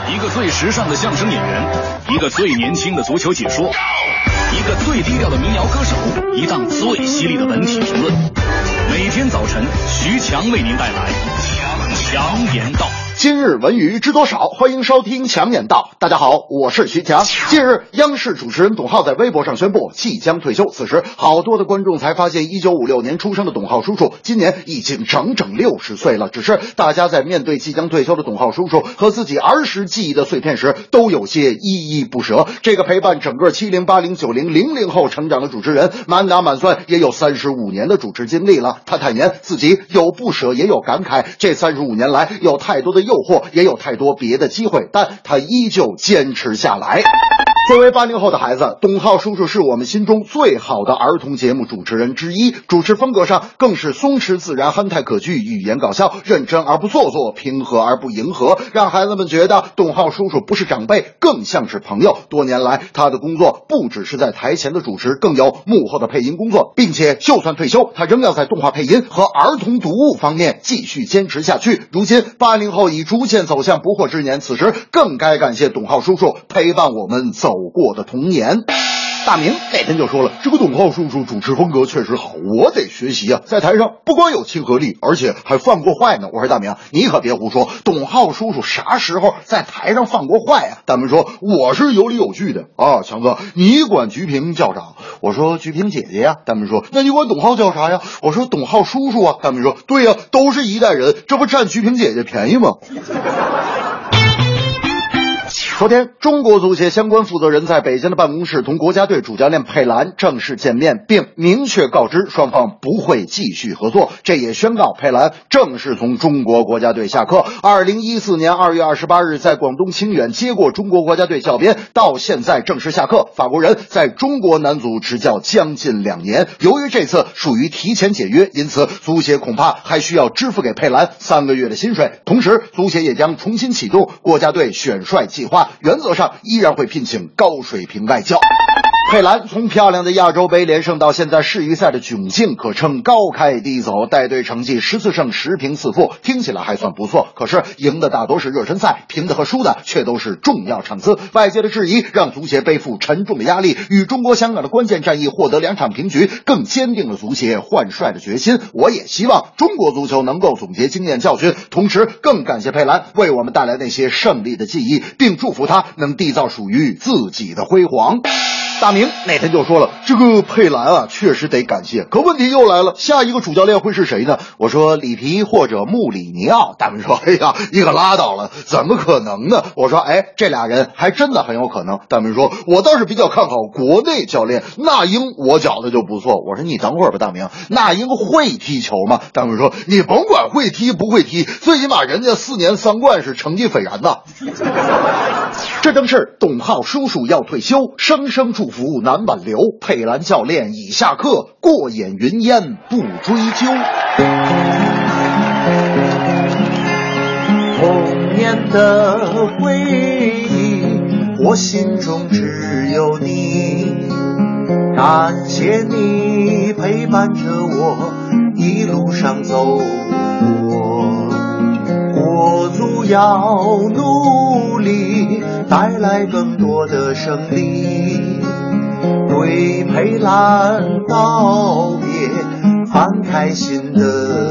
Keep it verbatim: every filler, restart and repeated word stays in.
一个最时尚的相声演员，一个最年轻的足球解说，一个最低调的民谣歌手，一档最犀利的文体评论。每天早晨，徐强为您带来强言道。 今日文娱知多少？欢迎收听强言道。大家好，我是徐强。近日，央视主持人董浩在微博上宣布即将退休。此时，好多的观众才发现，一九五六年出生的董浩叔叔今年已经整整六十岁了。只是大家在面对即将退休的董浩叔叔和自己儿时记忆的碎片时，都有些依依不舍。这个陪伴整个七零、八零、九零、零零后成长的主持人，满打满算也有三十五年的主持经历了。他坦言自己有不舍，也有感慨。这三十五年来，有太多的诱惑，也有太多别的机会，但他依旧坚持下来。作为八零后的孩子，董浩叔叔是我们心中最好的儿童节目主持人之一，主持风格上更是松弛自然、憨态可掬，语言搞笑，认真而不做作，平和而不迎合，让孩子们觉得董浩叔叔不是长辈，更像是朋友。多年来，他的工作不只是在台前的主持，更有幕后的配音工作，并且就算退休，他仍要在动画配音和儿童读物方面继续坚持下去。如今八零后已逐渐走向不惑之年，此时更该感谢董浩叔叔陪伴我们走过的童年。大明那天就说了，这个董浩叔叔主持风格确实好，我得学习啊！在台上不光有亲和力，而且还犯过坏呢。我说大明，你可别胡说，董浩叔叔啥时候在台上犯过坏啊？大明说我是有理有据的啊。强哥，你管菊萍叫啥？我说菊萍姐姐呀。大明说那你管董浩叫啥呀？我说董浩叔叔啊。大明说对呀，都是一代人，这不占菊萍姐姐便宜吗？昨天，中国足协相关负责人在北京的办公室同国家队主教练佩兰正式见面，并明确告知双方不会继续合作。这也宣告佩兰正式从中国国家队下课。二零一四年二月二十八日，在广东清远接过中国国家队教鞭，到现在正式下课。法国人在中国男足执教将近两年，由于这次属于提前解约，因此足协恐怕还需要支付给佩兰三个月的薪水。同时，足协也将重新启动国家队选帅计划。原则上依然会聘请高水平外教。佩兰从漂亮的亚洲杯连胜到现在世预赛的窘境，可称高开低走，带队成绩十四胜十平四负，听起来还算不错。可是赢的大多是热身赛，平的和输的却都是重要场次。外界的质疑让足协背负沉重的压力，与中国香港的关键战役获得两场平局，更坚定了足协换帅的决心。我也希望中国足球能够总结经验教训，同时更感谢佩兰为我们带来那些胜利的记忆，并祝福他能缔造属于自己的辉煌。大明那天就说了，这个佩兰啊确实得感谢，可问题又来了，下一个主教练会是谁呢？我说里皮或者穆里尼奥。大明说哎呀，你可拉倒了，怎么可能呢？我说哎，这俩人还真的很有可能。大明说我倒是比较看好国内教练那英，我觉得就不错。我说你等会儿吧大明，那英会踢球吗？大明说你甭管会踢不会踢，最起码人家四年三冠是成绩斐然的。这正是董浩叔叔要退休，声声祝福难挽留，佩兰教练已下课，过眼云烟不追究。 童年的回忆，我心中只有你，感谢你陪伴着我一路上走过，国足要努力带来更多的胜利，对佩兰道别，翻开新的